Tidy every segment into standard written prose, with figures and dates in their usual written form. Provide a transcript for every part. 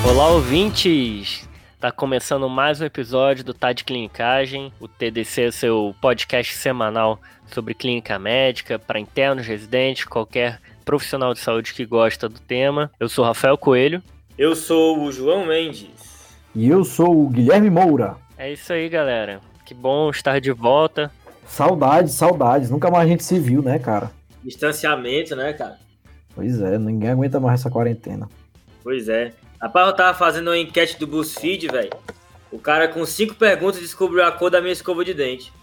Olá, ouvintes! Tá começando mais um episódio do Tá de Clinicagem. O TDC é seu podcast semanal sobre clínica médica para internos, residentes, qualquer profissional de saúde que gosta do tema. Eu sou Rafael Coelho. Eu sou o João Mendes. E eu sou o Guilherme Moura. É isso aí, galera. Que bom estar de volta. Saudades. Nunca mais a gente se viu, né, cara? Distanciamento, né, cara? Pois é, ninguém aguenta mais essa quarentena. Pois é. Rapaz, eu tava fazendo uma enquete do BuzzFeed, velho. O cara com 5 perguntas descobriu a cor da minha escova de dente.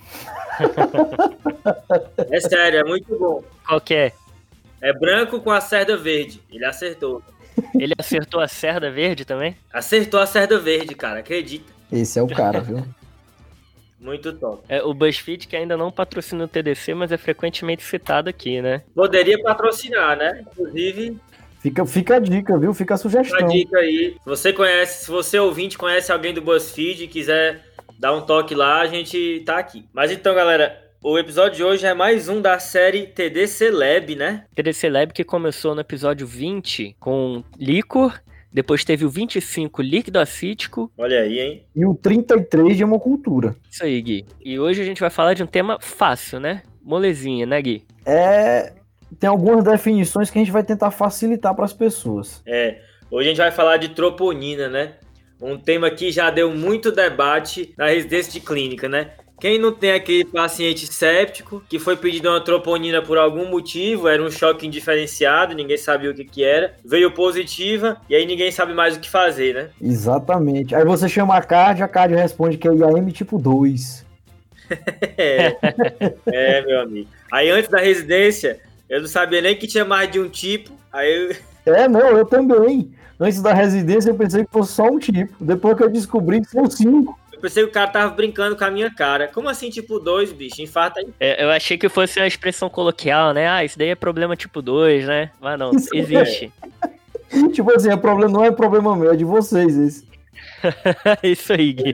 É sério, é muito bom. Qual que é? É branco com a cerda verde. Ele acertou. Ele acertou a cerda verde também? Acertou a cerda verde, cara. Acredita. Esse é o cara, viu? Muito top. É o BuzzFeed, que ainda não patrocina o TDC, mas é frequentemente citado aqui, né? Poderia patrocinar, né? Inclusive... Fica a dica, viu? Fica a sugestão. Uma dica aí. Se você ouvinte conhece alguém do BuzzFeed e quiser dar um toque lá, a gente tá aqui. Mas então, galera, o episódio de hoje é mais um da série TDC Lab, né? TDC Lab que começou no episódio 20 com líquor, depois teve o 25 líquido acítico. Olha aí, hein? E o 33 de hemocultura. Isso aí, Gui. E hoje a gente vai falar de um tema fácil, né? Molezinha, né, Gui? Tem algumas definições que a gente vai tentar facilitar para as pessoas. Hoje a gente vai falar de troponina, né? Um tema que já deu muito debate na residência de clínica, né? Quem não tem aquele paciente séptico que foi pedido uma troponina por algum motivo, era um choque indiferenciado, ninguém sabia o que era, veio positiva e aí ninguém sabe mais o que fazer, né? Exatamente. Aí você chama a cardio responde que é IAM tipo 2. Meu amigo. Aí antes da residência, eu não sabia nem que tinha mais de um tipo, aí eu... Eu também. Antes da residência eu pensei que fosse só um tipo, depois que eu descobri que são 5. Eu pensei que o cara tava brincando com a minha cara. Como assim tipo 2, bicho? Infarta aí. Eu achei que fosse uma expressão coloquial, né? Ah, isso daí é problema tipo 2, né? Mas não, Isso existe. Tipo assim, não é problema meu, é de vocês esse. Isso aí, Gui.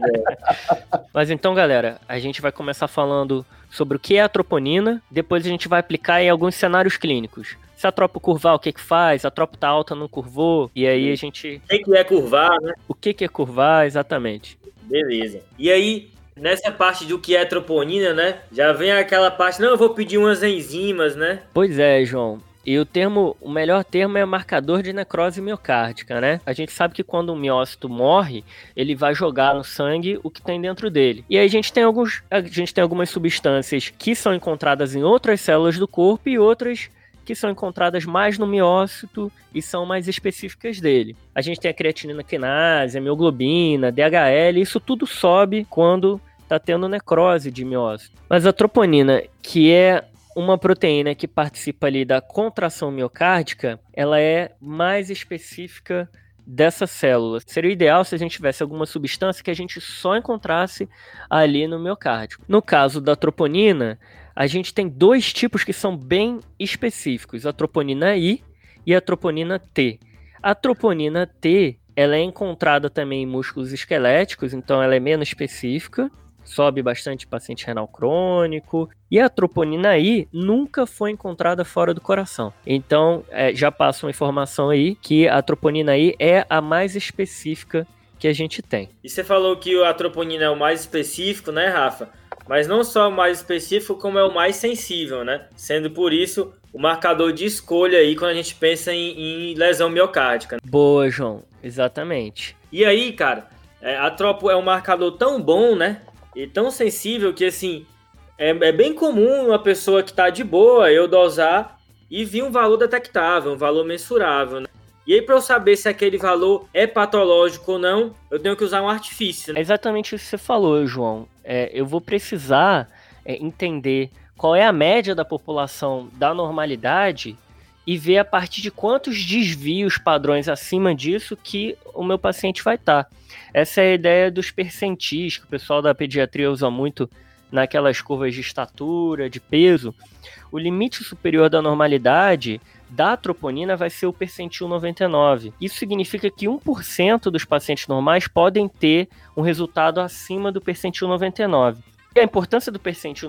Mas então, galera, a gente vai começar falando sobre o que é a troponina, depois a gente vai aplicar em alguns cenários clínicos. Se a tropa curvar, o que faz? A tropa tá alta, não curvou, e aí a gente... O que é curvar, né? O que é curvar, exatamente. Beleza. E aí, nessa parte do que é troponina, né? Já vem aquela parte, não, eu vou pedir umas enzimas, né? Pois é, João. E o melhor termo é marcador de necrose miocárdica, né? A gente sabe que quando um miócito morre, ele vai jogar no sangue o que tem dentro dele. E aí a gente tem algumas substâncias que são encontradas em outras células do corpo e outras que são encontradas mais no miócito e são mais específicas dele. A gente tem a creatinina quinase, a mioglobina, DHL, isso tudo sobe quando tá tendo necrose de miócito. Mas a troponina, que é uma proteína que participa ali da contração miocárdica, ela é mais específica dessa célula. Seria o ideal se a gente tivesse alguma substância que a gente só encontrasse ali no miocárdio. No caso da troponina, a gente tem 2 tipos que são bem específicos, a troponina I e a troponina T. A troponina T, ela é encontrada também em músculos esqueléticos, então ela é menos específica, sobe bastante paciente renal crônico, e a troponina I nunca foi encontrada fora do coração. Então, já passa uma informação aí que a troponina I é a mais específica que a gente tem. E você falou que a troponina é o mais específico, né, Rafa? Mas não só o mais específico, como é o mais sensível, né? Sendo por isso o marcador de escolha aí quando a gente pensa em lesão miocárdica. Boa, João. Exatamente. E aí, cara, a tropo é um marcador tão bom, né? E tão sensível que, assim, é bem comum uma pessoa que tá de boa, eu dosar e vir um valor detectável, um valor mensurável, né? E aí, para eu saber se aquele valor é patológico ou não, eu tenho que usar um artifício, né? É exatamente isso que você falou, João. Eu vou precisar entender qual é a média da população da normalidade e ver a partir de quantos desvios padrões acima disso que o meu paciente vai estar. Essa é a ideia dos percentis, que o pessoal da pediatria usa muito naquelas curvas de estatura, de peso. O limite superior da normalidade da troponina vai ser o percentil 99. Isso significa que 1% dos pacientes normais podem ter um resultado acima do percentil 99. E a importância do percentil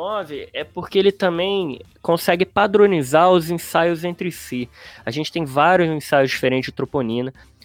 99 é porque ele também consegue padronizar os ensaios entre si. A gente tem vários ensaios diferentes de troponina.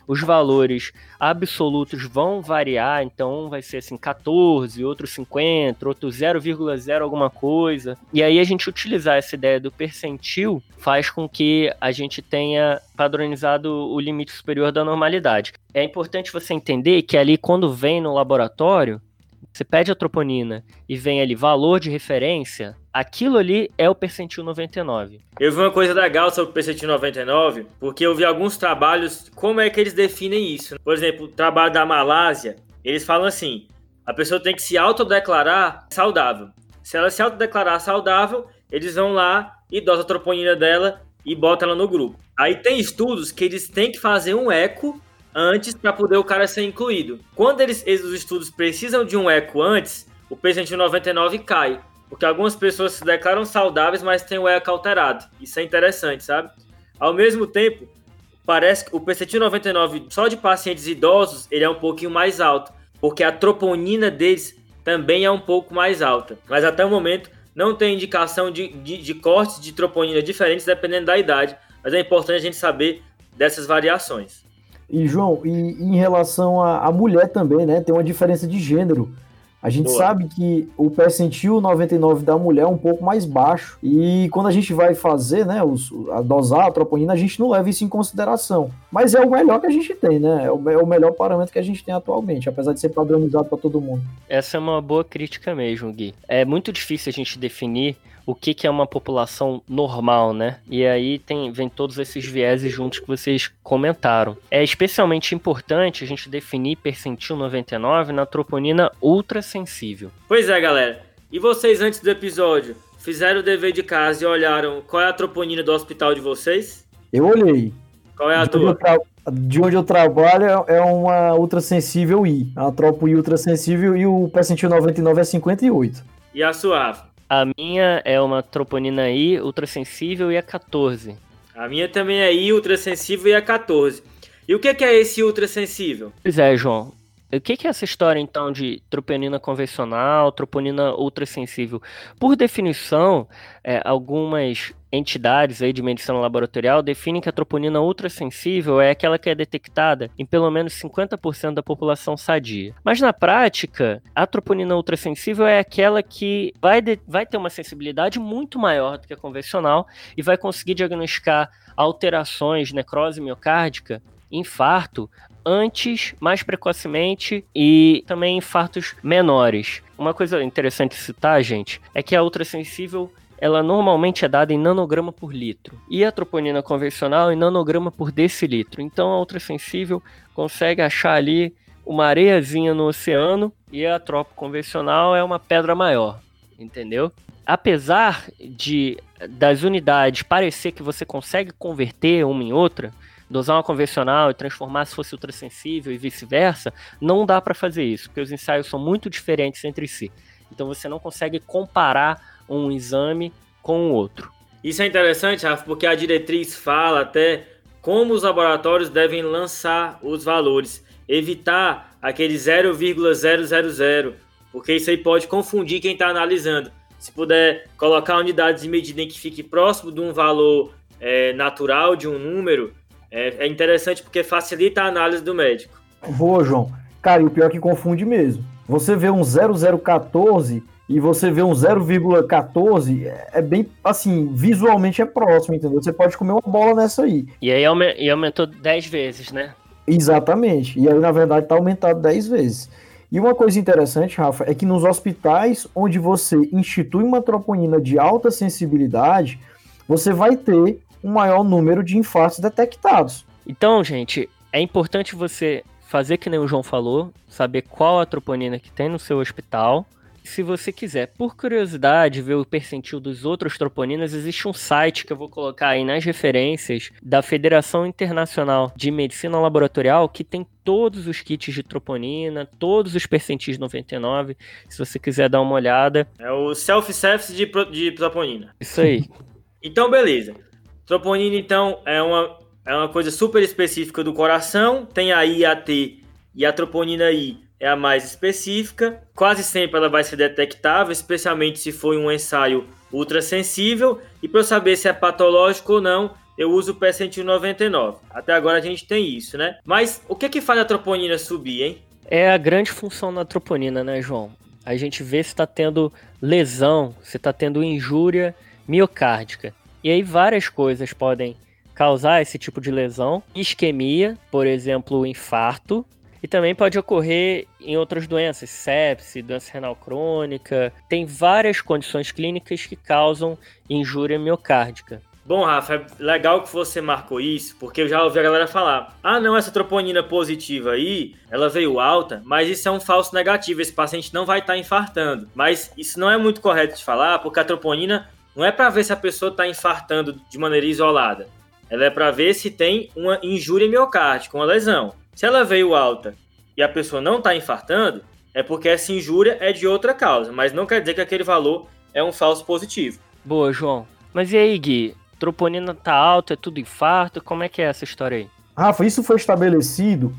os valores absolutos vão variar, então um vai ser assim 14, outro 50, outro 0,0 alguma coisa. E aí a gente utilizar essa ideia do percentil faz com que a gente tenha padronizado o limite superior da normalidade. É importante você entender que ali quando vem no laboratório, você pede a troponina e vem ali valor de referência, aquilo ali é o percentil 99. Eu vi uma coisa legal sobre o percentil 99, porque eu vi alguns trabalhos, como é que eles definem isso. Por exemplo, o trabalho da Malásia, eles falam assim, a pessoa tem que se autodeclarar saudável. Se ela se autodeclarar saudável, eles vão lá e dosam a troponina dela e botam ela no grupo. Aí tem estudos que eles têm que fazer um eco antes para poder o cara ser incluído. Quando os estudos precisam de um eco antes, o percentil 99 cai. Porque algumas pessoas se declaram saudáveis, mas tem o eco alterado. Isso é interessante, sabe? Ao mesmo tempo, parece que o percentil 99 só de pacientes idosos, ele é um pouquinho mais alto. Porque a troponina deles também é um pouco mais alta. Mas até o momento, não tem indicação de cortes de troponina diferentes dependendo da idade. Mas é importante a gente saber dessas variações. E, João, e em relação à mulher também, né? Tem uma diferença de gênero. A gente sabe que o percentil 99 da mulher é um pouco mais baixo. E quando a gente vai fazer, né, dosar a troponina, a gente não leva isso em consideração. Mas é o melhor que a gente tem, né? É o melhor parâmetro que a gente tem atualmente, apesar de ser padronizado para todo mundo. Essa é uma boa crítica mesmo, Gui. É muito difícil a gente definir o que é uma população normal, né? E aí vem todos esses vieses juntos que vocês comentaram. É especialmente importante a gente definir percentil 99 na troponina ultrassensível. Pois é, galera. E vocês, antes do episódio, fizeram o dever de casa e olharam qual é a troponina do hospital de vocês? Eu olhei. Qual é a tua? De onde eu trabalho é uma ultrassensível I. A tropo I ultrassensível e o percentil 99 é 58. E a sua, Rafa? A minha é uma troponina I ultrassensível e é 14. A minha também é I ultrassensível e é 14. E o que é esse ultrassensível? Pois é, João. O que é essa história, então, de troponina convencional, troponina ultrassensível? Por definição, algumas entidades aí de medicina laboratorial definem que a troponina ultrassensível é aquela que é detectada em pelo menos 50% da população sadia. Mas, na prática, a troponina ultrassensível é aquela que vai ter uma sensibilidade muito maior do que a convencional e vai conseguir diagnosticar alterações, necrose miocárdica, infarto, antes, mais precocemente e também infartos menores. Uma coisa interessante citar, gente, é que a ultrassensível ela normalmente é dada em nanograma por litro e a troponina convencional em nanograma por decilitro. Então a ultrassensível consegue achar ali uma areiazinha no oceano e a tropo convencional é uma pedra maior, entendeu? Apesar das unidades parecer que você consegue converter uma em outra, dosar uma convencional e transformar se fosse ultrassensível e vice-versa, não dá para fazer isso, porque os ensaios são muito diferentes entre si. Então você não consegue comparar um exame com o outro. Isso é interessante, Rafa, porque a diretriz fala até como os laboratórios devem lançar os valores, evitar aquele 0,000, porque isso aí pode confundir quem está analisando. Se puder colocar unidades de medida em que fique próximo de um valor natural, de um número, é interessante porque facilita a análise do médico. Boa, João. Cara, e o pior é que confunde mesmo. Você vê um 0014 e você vê um 0,14, é bem, assim, visualmente é próximo, entendeu? Você pode comer uma bola nessa aí. E aí aumentou 10 vezes, né? Exatamente. E aí, na verdade, tá aumentado 10 vezes. E uma coisa interessante, Rafa, é que nos hospitais onde você institui uma troponina de alta sensibilidade, você vai ter um maior número de infartos detectados. Então, gente, é importante você fazer que nem o João falou, saber qual a troponina que tem no seu hospital. Se você quiser, por curiosidade, ver o percentil dos outros troponinas, existe um site que eu vou colocar aí nas referências da Federação Internacional de Medicina Laboratorial, que tem todos os kits de troponina, todos os percentis 99, se você quiser dar uma olhada. É o self-service de troponina. Isso aí. Então, beleza. Troponina, então, é uma coisa super específica do coração. Tem a IAT e a troponina I é a mais específica. Quase sempre ela vai ser detectável, especialmente se for um ensaio ultrassensível. E para eu saber se é patológico ou não, eu uso o percentil 99. Até agora a gente tem isso, né? Mas o que faz a troponina subir, hein? É a grande função da troponina, né, João? A gente vê se está tendo lesão, se está tendo injúria miocárdica. E aí várias coisas podem causar esse tipo de lesão. Isquemia, por exemplo, o infarto. E também pode ocorrer em outras doenças, sepse, doença renal crônica. Tem várias condições clínicas que causam injúria miocárdica. Bom, Rafa, é legal que você marcou isso, porque eu já ouvi a galera falar: ah, não, essa troponina positiva aí, ela veio alta, mas isso é um falso negativo, esse paciente não vai estar infartando. Mas isso não é muito correto de falar, porque a troponina não é para ver se a pessoa está infartando de maneira isolada. Ela é para ver se tem uma injúria miocárdica, uma lesão. Se ela veio alta e a pessoa não está infartando, é porque essa injúria é de outra causa, mas não quer dizer que aquele valor é um falso positivo. Boa, João. Mas e aí, Gui? Troponina tá alta, é tudo infarto? Como é que é essa história aí? Rafa, isso foi estabelecido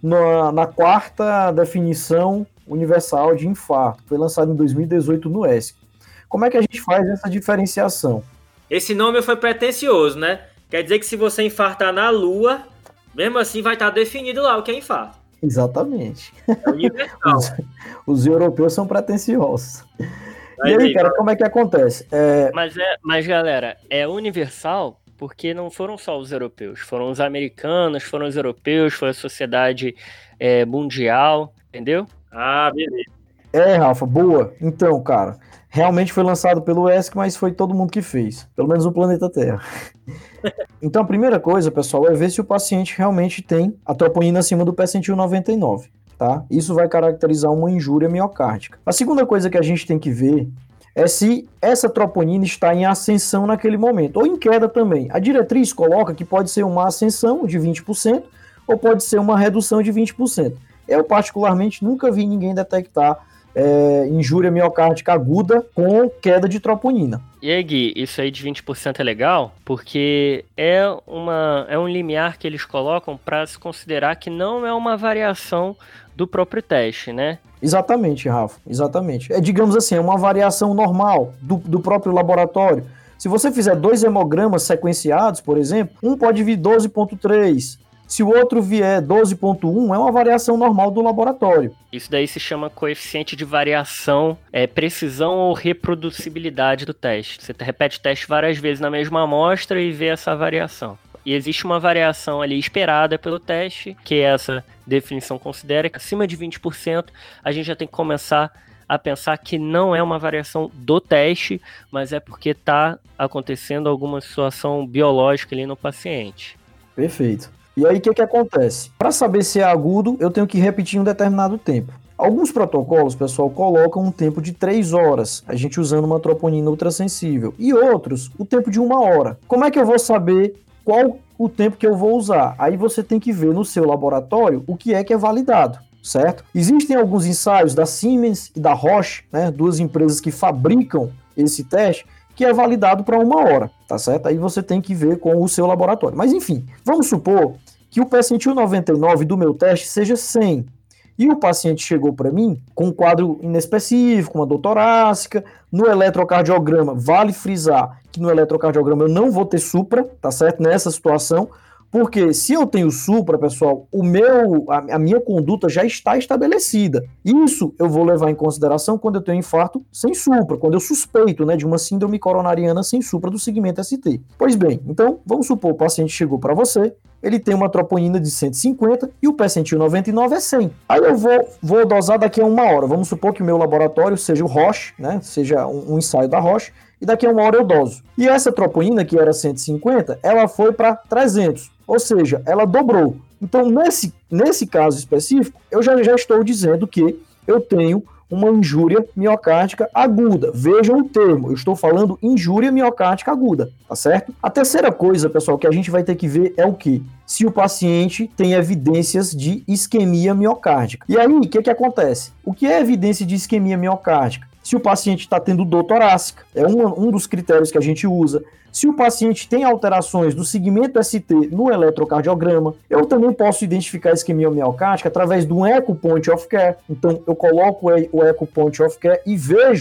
na quarta definição universal de infarto. Foi lançado em 2018 no ESC. Como é que a gente faz essa diferenciação? Esse nome foi pretensioso, né? Quer dizer que se você infartar na Lua, mesmo assim vai estar definido lá o que é infarto. Exatamente. É universal. Os europeus são pretensiosos. E aí, cara, como é que acontece? Mas, galera, é universal porque não foram só os europeus. Foram os americanos, foram os europeus, foi a sociedade mundial, entendeu? Ah, beleza. Rafa, boa. Então, cara, realmente foi lançado pelo ESC, mas foi todo mundo que fez. Pelo menos o planeta Terra. Então, a primeira coisa, pessoal, é ver se o paciente realmente tem a troponina acima do percentil 99. Tá? Isso vai caracterizar uma injúria miocárdica. A segunda coisa que a gente tem que ver é se essa troponina está em ascensão naquele momento, ou em queda também. A diretriz coloca que pode ser uma ascensão de 20% ou pode ser uma redução de 20%. Eu, particularmente, nunca vi ninguém detectar injúria miocárdica aguda com queda de troponina. E aí, Gui, isso aí de 20% é legal, porque é um limiar que eles colocam para se considerar que não é uma variação do próprio teste, né? Exatamente, Rafa, exatamente. Digamos assim, é uma variação normal do próprio laboratório. Se você fizer 2 hemogramas sequenciados, por exemplo, um pode vir 12,3. Se o outro vier 12,1, é uma variação normal do laboratório. Isso daí se chama coeficiente de variação, precisão ou reproducibilidade do teste. Você repete o teste várias vezes na mesma amostra e vê essa variação. E existe uma variação ali esperada pelo teste, que essa definição considera que acima de 20%, a gente já tem que começar a pensar que não é uma variação do teste, mas é porque está acontecendo alguma situação biológica ali no paciente. Perfeito. E aí, o que acontece? Para saber se é agudo, eu tenho que repetir um determinado tempo. Alguns protocolos, pessoal, colocam um tempo de 3 horas, a gente usando uma troponina ultrassensível. E outros, o tempo de 1 hora. Como é que eu vou saber qual o tempo que eu vou usar? Aí você tem que ver no seu laboratório o que é validado, certo? Existem alguns ensaios da Siemens e da Roche, né, 2 empresas que fabricam esse teste, que é validado para 1 hora, tá certo? Aí você tem que ver com o seu laboratório. Mas enfim, vamos supor que o percentil 99 do meu teste seja 100. E o paciente chegou para mim com um quadro inespecífico, uma dor torácica. No eletrocardiograma, vale frisar que no eletrocardiograma eu não vou ter supra, tá certo? Nessa situação, porque se eu tenho supra, pessoal, a minha conduta já está estabelecida. Isso eu vou levar em consideração quando eu tenho infarto sem supra, quando eu suspeito, né, de uma síndrome coronariana sem supra do segmento ST. Pois bem, então, vamos supor, o paciente chegou para você, ele tem uma troponina de 150 e o percentil 99 é 100. Aí eu vou dosar daqui a 1 hora. Vamos supor que o meu laboratório seja o Roche, né, seja um ensaio da Roche, e daqui a 1 hora eu doso. E essa troponina, que era 150, ela foi para 300, ou seja, ela dobrou. Então, nesse caso específico, eu já estou dizendo que eu tenho uma injúria miocárdica aguda. Vejam o termo, eu estou falando injúria miocárdica aguda, tá certo? A terceira coisa, pessoal, que a gente vai ter que ver é o quê? Se o paciente tem evidências de isquemia miocárdica. E aí, o que acontece? O que é evidência de isquemia miocárdica? Se o paciente está tendo dor torácica, é um dos critérios que a gente usa. Se o paciente tem alterações do segmento ST no eletrocardiograma, eu também posso identificar a isquemia miocárdica através de um echo point of care. Então, eu coloco o echo point of care e vejo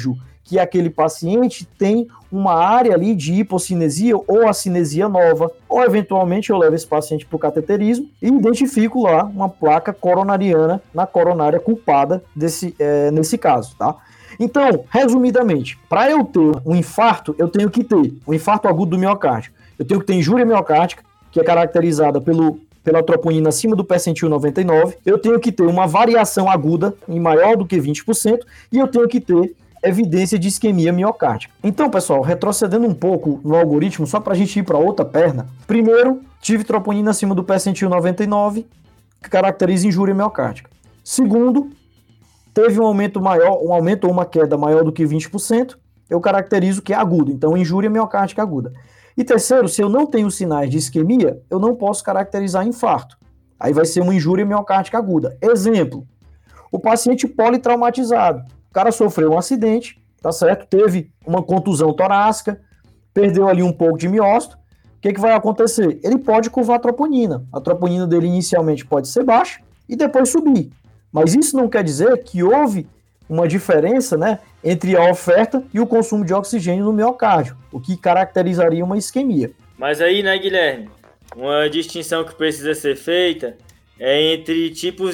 que aquele paciente tem uma área ali de hipocinesia ou acinesia nova, ou eventualmente eu levo esse paciente para o cateterismo e identifico lá uma placa coronariana na coronária culpada nesse caso, tá? Então, resumidamente, para eu ter um infarto, eu tenho que ter um infarto agudo do miocárdio, eu tenho que ter injúria miocárdica, que é caracterizada pela troponina acima do percentil 99, eu tenho que ter uma variação aguda em maior do que 20%, e eu tenho que ter evidência de isquemia miocárdica. Então, pessoal, retrocedendo um pouco no algoritmo, só para a gente ir para outra perna, primeiro, tive troponina acima do percentil 99, que caracteriza injúria miocárdica. Segundo, teve um aumento ou uma queda maior do que 20%, eu caracterizo que é agudo, então injúria miocárdica aguda. E terceiro, se eu não tenho sinais de isquemia, eu não posso caracterizar infarto. Aí vai ser uma injúria miocárdica aguda. Exemplo, o paciente politraumatizado. O cara sofreu um acidente, tá certo? Teve uma contusão torácica, perdeu ali um pouco de miócito. O que vai acontecer? Ele pode curvar a troponina. A troponina dele inicialmente pode ser baixa e depois subir. Mas isso não quer dizer que houve uma diferença, né, entre a oferta e o consumo de oxigênio no miocárdio, o que caracterizaria uma isquemia. Mas aí, né, Guilherme, uma distinção que precisa ser feita é entre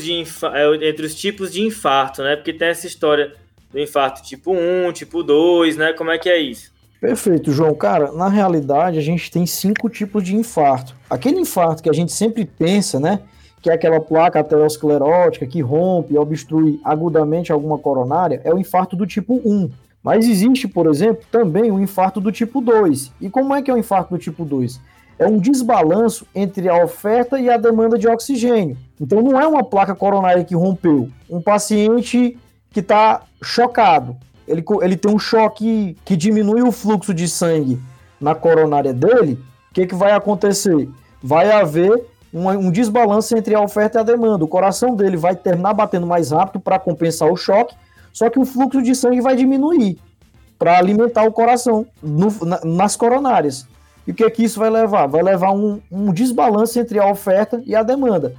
os tipos de infarto, né? Porque tem essa história do infarto tipo 1, tipo 2, né? Como é que é isso? Perfeito, João. Cara, na realidade, a gente tem 5 tipos de infarto. Aquele infarto que a gente sempre pensa, né, que é aquela placa aterosclerótica que rompe e obstrui agudamente alguma coronária, é o infarto do tipo 1. Mas existe, por exemplo, também o infarto do tipo 2. E como é que é o infarto do tipo 2? É um desbalanço entre a oferta e a demanda de oxigênio. Então não é uma placa coronária que rompeu. Um paciente que está chocado, ele tem um choque que diminui o fluxo de sangue na coronária dele, o que vai acontecer? Vai haver um desbalanço entre a oferta e a demanda. O coração dele vai terminar batendo mais rápido para compensar o choque, só que o fluxo de sangue vai diminuir para alimentar o coração nas coronárias. E o que isso vai levar? Vai levar um desbalanço entre a oferta e a demanda.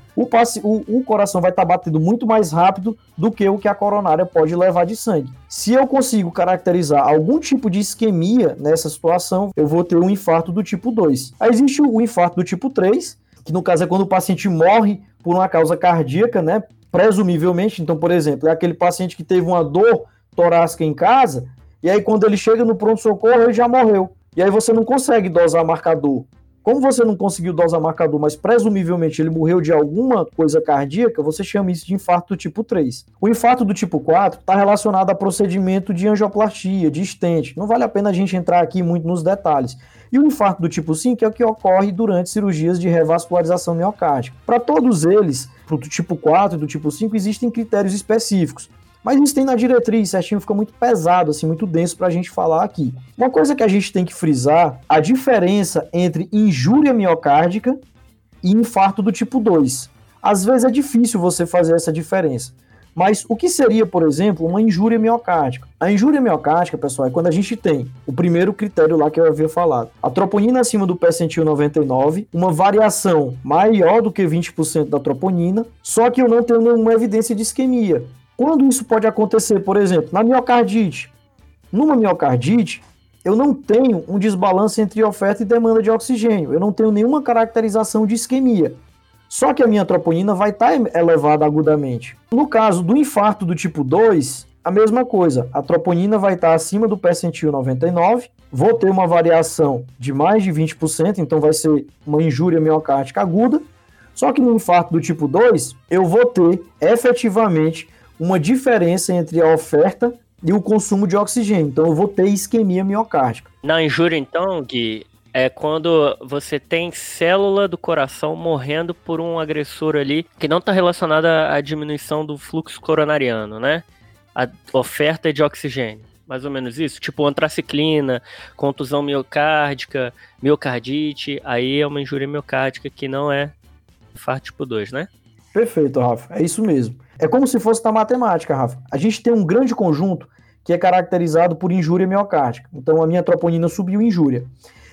O coração vai estar batendo muito mais rápido do que o que a coronária pode levar de sangue. Se eu consigo caracterizar algum tipo de isquemia nessa situação, eu vou ter um infarto do tipo 2. Aí existe o infarto do tipo 3, que no caso é quando o paciente morre por uma causa cardíaca, né? Presumivelmente. Então, por exemplo, é aquele paciente que teve uma dor torácica em casa, e aí quando ele chega no pronto-socorro, ele já morreu. E aí você não consegue dosar marcador. Como você não conseguiu dosar marcador, mas presumivelmente ele morreu de alguma coisa cardíaca, você chama isso de infarto do tipo 3. O infarto do tipo 4 está relacionado a procedimento de angioplastia, de stent. Não vale a pena a gente entrar aqui muito nos detalhes. E o infarto do tipo 5 é o que ocorre durante cirurgias de revascularização miocárdica. Para todos eles, para o tipo 4 e do tipo 5, existem critérios específicos. Mas isso tem na diretriz, certinho, fica muito pesado, assim, muito denso para a gente falar aqui. Uma coisa que a gente tem que frisar, a diferença entre injúria miocárdica e infarto do tipo 2. Às vezes é difícil você fazer essa diferença. Mas o que seria, por exemplo, uma injúria miocárdica? A injúria miocárdica, pessoal, é quando a gente tem o primeiro critério lá que eu havia falado. A troponina acima do percentil 99, uma variação maior do que 20% da troponina, só que eu não tenho nenhuma evidência de isquemia. Quando isso pode acontecer, por exemplo, na miocardite? Numa miocardite, eu não tenho um desbalanço entre oferta e demanda de oxigênio. Eu não tenho nenhuma caracterização de isquemia. Só que a minha troponina vai estar elevada agudamente. No caso do infarto do tipo 2, a mesma coisa. A troponina vai estar acima do percentil 99. Vou ter uma variação de mais de 20%, então vai ser uma injúria miocárdica aguda. Só que no infarto do tipo 2, eu vou ter efetivamente uma diferença entre a oferta e o consumo de oxigênio. Então eu vou ter isquemia miocárdica. Na injúria, então, Gui, é quando você tem célula do coração morrendo por um agressor ali que não está relacionada à diminuição do fluxo coronariano, né? A oferta de oxigênio. Mais ou menos isso? Tipo antraciclina, contusão miocárdica, miocardite, aí é uma injúria miocárdica que não é infarto tipo 2, né? Perfeito, Rafa. É isso mesmo. É como se fosse na matemática, Rafa. A gente tem um grande conjunto que é caracterizado por injúria miocárdica. Então, a minha troponina subiu em injúria.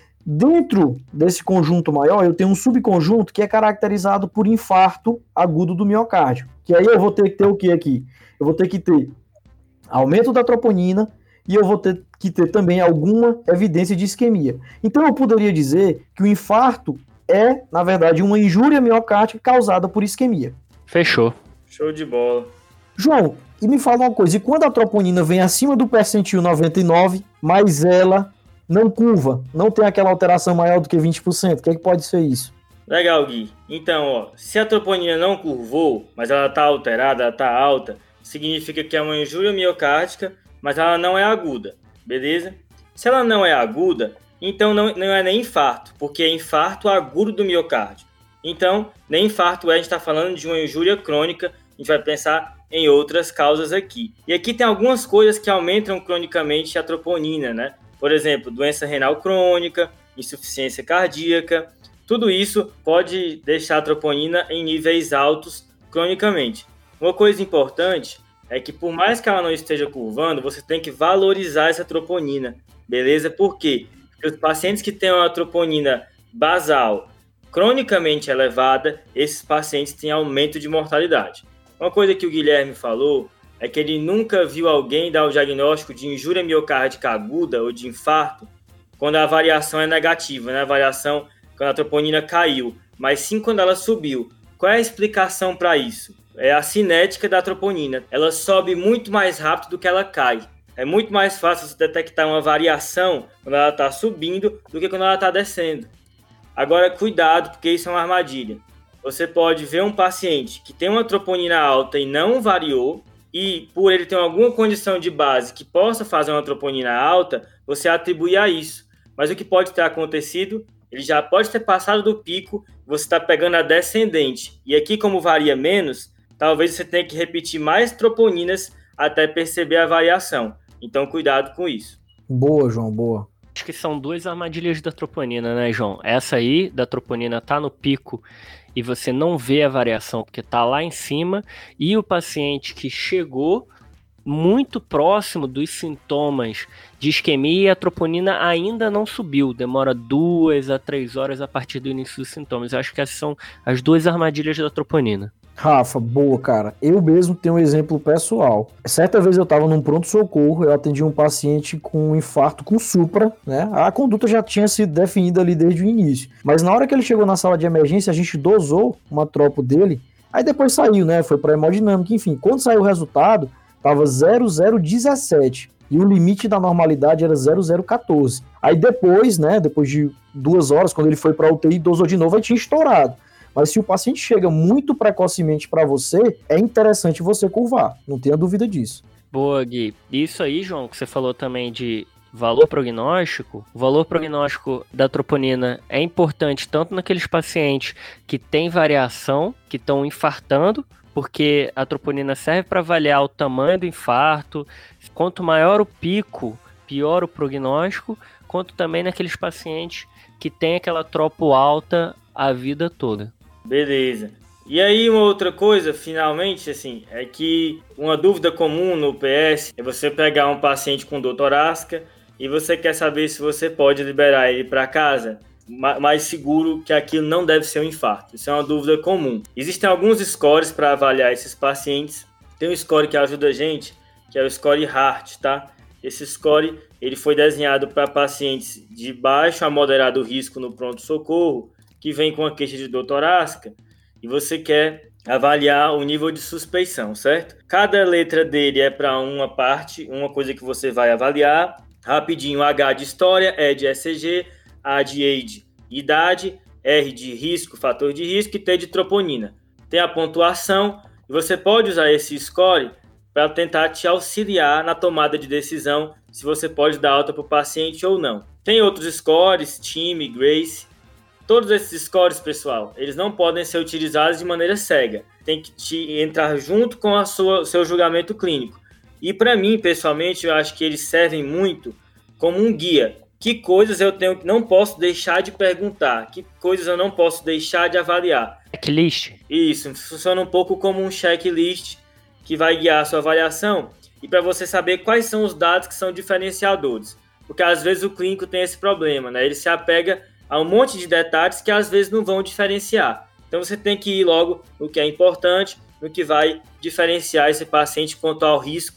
Dentro desse conjunto maior, eu tenho um subconjunto que é caracterizado por infarto agudo do miocárdio. Que aí eu vou ter que ter o que aqui? Eu vou ter que ter aumento da troponina e eu vou ter que ter também alguma evidência de isquemia. Então eu poderia dizer que o infarto é, na verdade, uma injúria miocárdica causada por isquemia. Fechou. Show de bola. João, e me fala uma coisa, e quando a troponina vem acima do percentil 99, mas ela não curva, não tem aquela alteração maior do que 20%, o que é que pode ser isso? Legal, Gui. Então, ó, se a troponina não curvou, mas ela está alterada, ela está alta, significa que é uma injúria miocárdica, mas ela não é aguda, beleza? Se ela não é aguda, então não é nem infarto, porque é infarto agudo do miocárdio. Então, nem infarto a gente está falando de uma injúria crônica, a gente vai pensar em outras causas aqui. E aqui tem algumas coisas que aumentam cronicamente a troponina, né? Por exemplo, doença renal crônica, insuficiência cardíaca, tudo isso pode deixar a troponina em níveis altos cronicamente. Uma coisa importante é que por mais que ela não esteja curvando, você tem que valorizar essa troponina, beleza? Por quê? Porque os pacientes que têm uma troponina basal cronicamente elevada, esses pacientes têm aumento de mortalidade. Uma coisa que o Guilherme falou é que ele nunca viu alguém dar o diagnóstico de injúria miocárdica aguda ou de infarto quando a variação é negativa, né? A variação quando a troponina caiu, mas sim quando ela subiu. Qual é a explicação para isso? É a cinética da troponina. Ela sobe muito mais rápido do que ela cai. É muito mais fácil você detectar uma variação quando ela está subindo do que quando ela está descendo. Agora, cuidado, porque isso é uma armadilha. Você pode ver um paciente que tem uma troponina alta e não variou, e por ele ter alguma condição de base que possa fazer uma troponina alta, você atribui a isso. Mas o que pode ter acontecido, ele já pode ter passado do pico, você está pegando a descendente. E aqui, como varia menos, talvez você tenha que repetir mais troponinas até perceber a variação. Então, cuidado com isso. Boa, João, boa. Acho que são duas armadilhas da troponina, né, João? Essa aí, da troponina, tá no pico e você não vê a variação porque tá lá em cima, e o paciente que chegou muito próximo dos sintomas de isquemia e a troponina ainda não subiu, demora 2 a 3 horas a partir do início dos sintomas. Eu acho que essas são as duas armadilhas da troponina. Rafa, boa, cara. Eu mesmo tenho um exemplo pessoal. Certa vez eu estava num pronto-socorro, eu atendi um paciente com infarto com supra, né? A conduta já tinha sido definida ali desde o início. Mas na hora que ele chegou na sala de emergência, a gente dosou uma tropo dele, aí depois saiu, né? Foi para hemodinâmica, enfim. Quando saiu o resultado, tava 0,017. E o limite da normalidade era 0,014. Aí depois, né? Depois de 2 horas, quando ele foi para UTI, dosou de novo, aí tinha estourado. Mas se o paciente chega muito precocemente para você, é interessante você curvar, não tenha dúvida disso. Boa, Gui. Isso aí, João, que você falou também de valor prognóstico, o valor prognóstico da troponina é importante tanto naqueles pacientes que têm variação, que estão infartando, porque a troponina serve para avaliar o tamanho do infarto. Quanto maior o pico, pior o prognóstico, quanto também naqueles pacientes que têm aquela tropo alta a vida toda. Beleza. E aí uma outra coisa, finalmente, assim, é que uma dúvida comum no PS é você pegar um paciente com dor torácica e você quer saber se você pode liberar ele para casa mais seguro que aquilo não deve ser um infarto. Isso é uma dúvida comum. Existem alguns scores para avaliar esses pacientes. Tem um score que ajuda a gente, que é o score HEART, tá? Esse score ele foi desenhado para pacientes de baixo a moderado risco no pronto-socorro, que vem com a queixa de dor torácica, e você quer avaliar o nível de suspeição, certo? Cada letra dele é para uma parte, uma coisa que você vai avaliar. Rapidinho, H de história, E de ECG, A de age, idade, R de risco, fator de risco, e T de troponina. Tem a pontuação, e você pode usar esse score para tentar te auxiliar na tomada de decisão, se você pode dar alta para o paciente ou não. Tem outros scores, TIME, GRACE. Todos esses scores, pessoal, eles não podem ser utilizados de maneira cega. Tem que entrar junto com o seu julgamento clínico. E para mim, pessoalmente, eu acho que eles servem muito como um guia. Que coisas eu não posso deixar de perguntar? Que coisas eu não posso deixar de avaliar? Checklist? Isso, funciona um pouco como um checklist que vai guiar a sua avaliação e para você saber quais são os dados que são diferenciadores. Porque às vezes o clínico tem esse problema, né? Ele se apega a um monte de detalhes que às vezes não vão diferenciar. Então você tem que ir logo no que é importante, no que vai diferenciar esse paciente quanto ao risco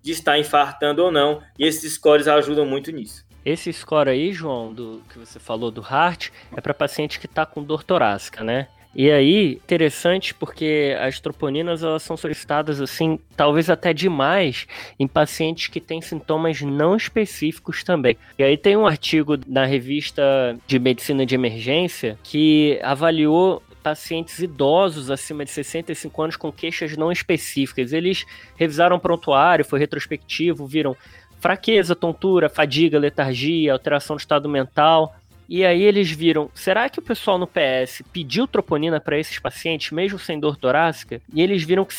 de estar infartando ou não, e esses scores ajudam muito nisso. Esse score aí, João, do que você falou do heart, é para paciente que está com dor torácica, né? E aí, interessante porque as troponinas, elas são solicitadas assim, talvez até demais, em pacientes que têm sintomas não específicos também. E aí tem um artigo na revista de medicina de emergência que avaliou pacientes idosos acima de 65 anos com queixas não específicas. Eles revisaram o prontuário, foi retrospectivo, viram fraqueza, tontura, fadiga, letargia, alteração de estado mental. E aí eles viram, será que o pessoal no PS pediu troponina para esses pacientes, mesmo sem dor torácica? E eles viram que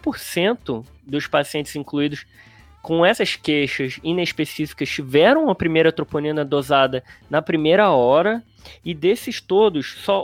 70% dos pacientes incluídos com essas queixas inespecíficas tiveram a primeira troponina dosada na primeira hora, e desses todos, só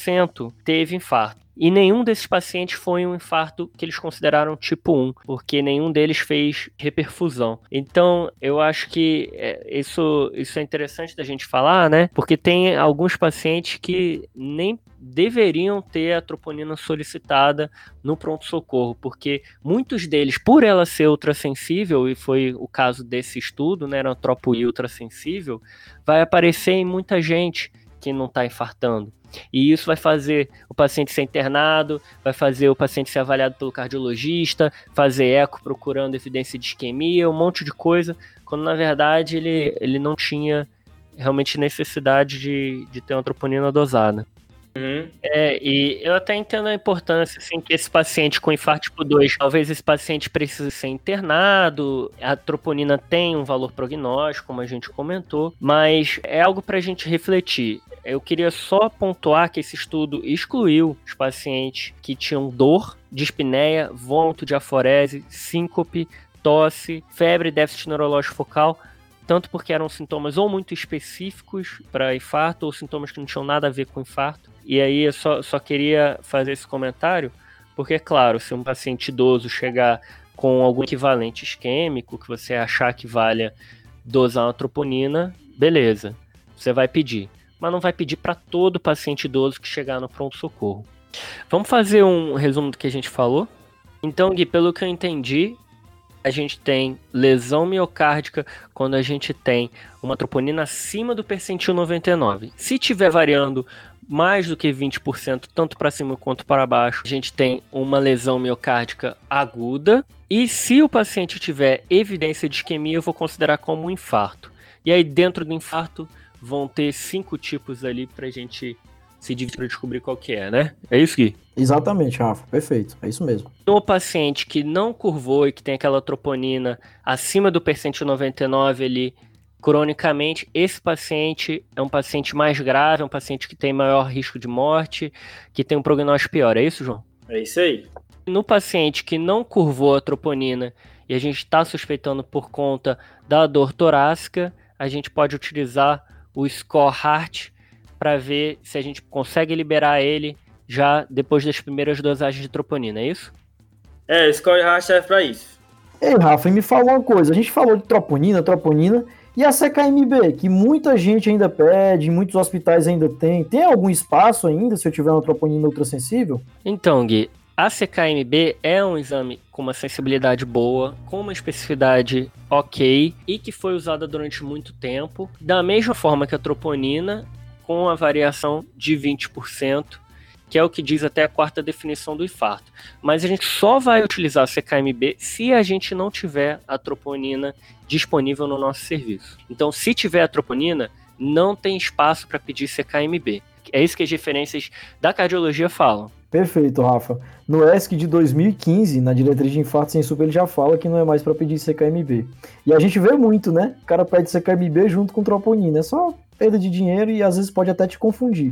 1% teve infarto. E nenhum desses pacientes foi um infarto que eles consideraram tipo 1, porque nenhum deles fez reperfusão. Então, eu acho que isso é interessante da gente falar, né? Porque tem alguns pacientes que nem deveriam ter a troponina solicitada no pronto-socorro, porque muitos deles, por ela ser ultrassensível, e foi o caso desse estudo, né, era uma tropo I ultrassensível, vai aparecer em muita gente que não está infartando. E isso vai fazer o paciente ser internado, vai fazer o paciente ser avaliado pelo cardiologista, fazer eco procurando evidência de isquemia, um monte de coisa, quando na verdade ele não tinha realmente necessidade de ter uma troponina dosada. Uhum. E eu até entendo a importância, assim, que esse paciente com infarto tipo 2, talvez esse paciente precise ser internado, a troponina tem um valor prognóstico, como a gente comentou, mas é algo para a gente refletir. Eu queria só pontuar que esse estudo excluiu os pacientes que tinham dor, dispneia, vômito, diaforese, síncope, tosse, febre, déficit neurológico focal, tanto porque eram sintomas ou muito específicos para infarto, ou sintomas que não tinham nada a ver com infarto. E aí eu só queria fazer esse comentário, porque, claro, se um paciente idoso chegar com algum equivalente isquêmico, que você achar que valha dosar uma troponina, beleza, você vai pedir. Mas não vai pedir para todo paciente idoso que chegar no pronto-socorro. Vamos fazer um resumo do que a gente falou? Então, Gui, pelo que eu entendi, a gente tem lesão miocárdica quando a gente tem uma troponina acima do percentil 99. Se tiver variando mais do que 20%, tanto para cima quanto para baixo, a gente tem uma lesão miocárdica aguda. E se o paciente tiver evidência de isquemia, eu vou considerar como um infarto. E aí, dentro do infarto, vão ter 5 tipos ali para a gente se dividir para descobrir qual que é, né? É isso, Gui? Exatamente, Rafa. Perfeito. É isso mesmo. No paciente que não curvou e que tem aquela troponina acima do percentil 99 ali, cronicamente, esse paciente é um paciente mais grave, é um paciente que tem maior risco de morte, que tem um prognóstico pior. É isso, João? É isso aí. No paciente que não curvou a troponina e a gente está suspeitando por conta da dor torácica, a gente pode utilizar o score heart para ver se a gente consegue liberar ele já depois das primeiras dosagens de troponina, é isso? O score heart serve para isso. Ei, Rafa, e me fala uma coisa. A gente falou de troponina, e a CKMB, que muita gente ainda pede, muitos hospitais ainda tem. Tem algum espaço ainda se eu tiver uma troponina ultrassensível? Então, Gui, a CKMB é um exame com uma sensibilidade boa, com uma especificidade ok e que foi usada durante muito tempo, da mesma forma que a troponina, com a variação de 20%, que é o que diz até a 4ª definição do infarto. Mas a gente só vai utilizar a CKMB se a gente não tiver a troponina disponível no nosso serviço. Então, se tiver a troponina, não tem espaço para pedir CKMB. É isso que as referências da cardiologia falam. Perfeito, Rafa. No ESC de 2015, na diretriz de infarto sem supra, ele já fala que não é mais para pedir CKMB. E a gente vê muito, né? O cara pede CKMB junto com troponina. É só perda de dinheiro e às vezes pode até te confundir.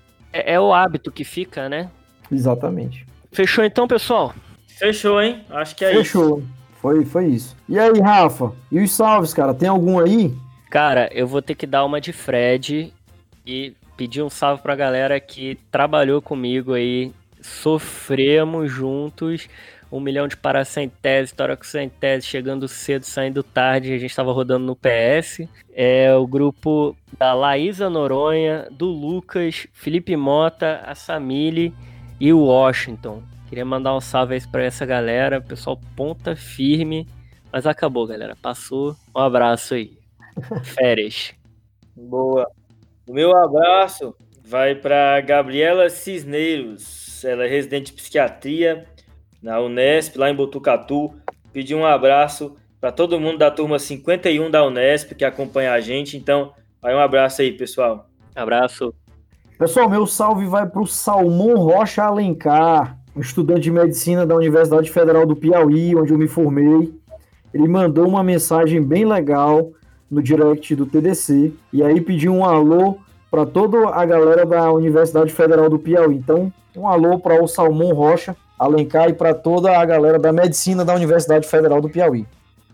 É o hábito que fica, né? Exatamente. Fechou então, pessoal? Fechou, hein? Acho que é Fechou. isso. Foi isso. E aí, Rafa? E os salves, cara? Tem algum aí? Cara, eu vou ter que dar uma de Fred e pedir um salve pra galera que trabalhou comigo aí. Sofremos juntos. 1 milhão de paracentese, toracocentese, chegando cedo, saindo tarde, a gente estava rodando no PS. É o grupo da Laísa Noronha, do Lucas, Felipe Mota, a Samile e o Washington. Queria mandar um salve aí para essa galera, pessoal ponta firme, Mas acabou, galera. Passou. Um abraço aí. Férias. Boa. O meu abraço vai para Gabriela Cisneiros. Ela é residente de psiquiatria na Unesp, lá em Botucatu. Pedi um abraço para todo mundo da turma 51 da Unesp que acompanha a gente. Então, vai um abraço aí, pessoal. Abraço. Pessoal, meu salve vai para o Salmão Rocha Alencar, um estudante de medicina da Universidade Federal do Piauí, onde eu me formei. Ele mandou uma mensagem bem legal no direct do TDC, e aí pediu um alô para toda a galera da Universidade Federal do Piauí. Então, um alô para o Salmão Rocha Alencar e para toda a galera da medicina da Universidade Federal do Piauí.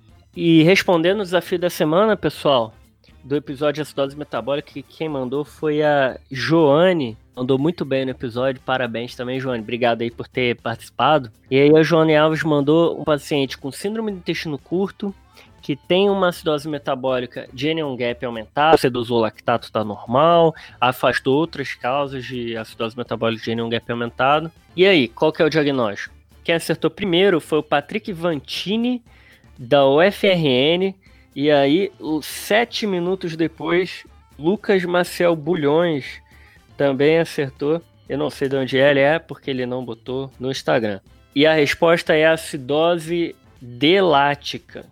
E respondendo o desafio da semana, pessoal, do episódio de acidose metabólica, que quem mandou foi a Joane. Mandou muito bem no episódio, parabéns também, Joane. Obrigado aí por ter participado. E aí a Joane Alves mandou um paciente com síndrome do intestino curto, que tem uma acidose metabólica de anion gap aumentado, seduzolactato está normal, afastou outras causas de acidose metabólica de anion gap aumentado. E aí, qual que é o diagnóstico? Quem acertou primeiro foi o Patrick Vantini, da UFRN. E aí, 7 minutos depois, Lucas Maciel Bulhões também acertou. Eu não sei de onde ele é, porque ele não botou no Instagram. E a resposta é acidose D-lática.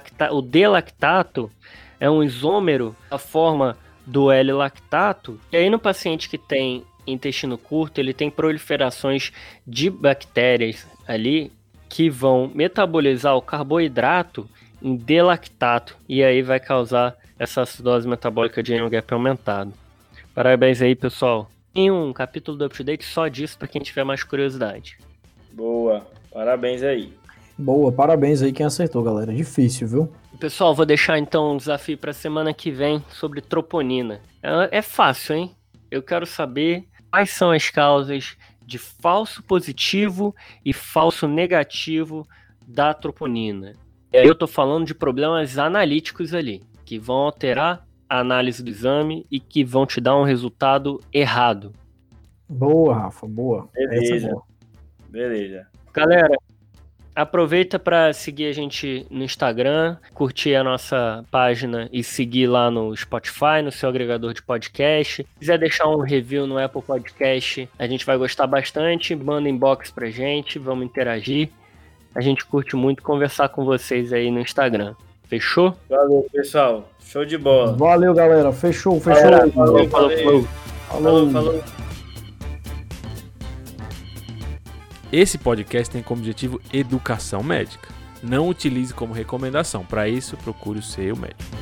O D-lactato é um isômero da forma do L-lactato. E aí, no paciente que tem intestino curto, ele tem proliferações de bactérias ali que vão metabolizar o carboidrato em D-lactato, e aí vai causar essa acidose metabólica de anion gap aumentado. Parabéns aí, pessoal. Tem um capítulo do UpToDate só disso para quem tiver mais curiosidade. Boa, parabéns aí. Boa, parabéns aí quem acertou, galera. Difícil, viu? Pessoal, vou deixar então um desafio para semana que vem sobre troponina. É fácil, hein? Eu quero saber quais são as causas de falso positivo e falso negativo da troponina. Eu tô falando de problemas analíticos ali, que vão alterar a análise do exame e que vão te dar um resultado errado. Boa, Rafa, boa. Beleza. Essa é boa. Beleza. Galera, aproveita para seguir a gente no Instagram, curtir a nossa página e seguir lá no Spotify, no seu agregador de podcast. Se quiser deixar um review no Apple Podcast, a gente vai gostar bastante. Manda inbox pra gente, vamos interagir. A gente curte muito conversar com vocês aí no Instagram. Fechou? Valeu, pessoal. Show de bola. Valeu, galera. Fechou. Falou. Esse podcast tem como objetivo educação médica. Não utilize como recomendação. Para isso, procure o seu médico.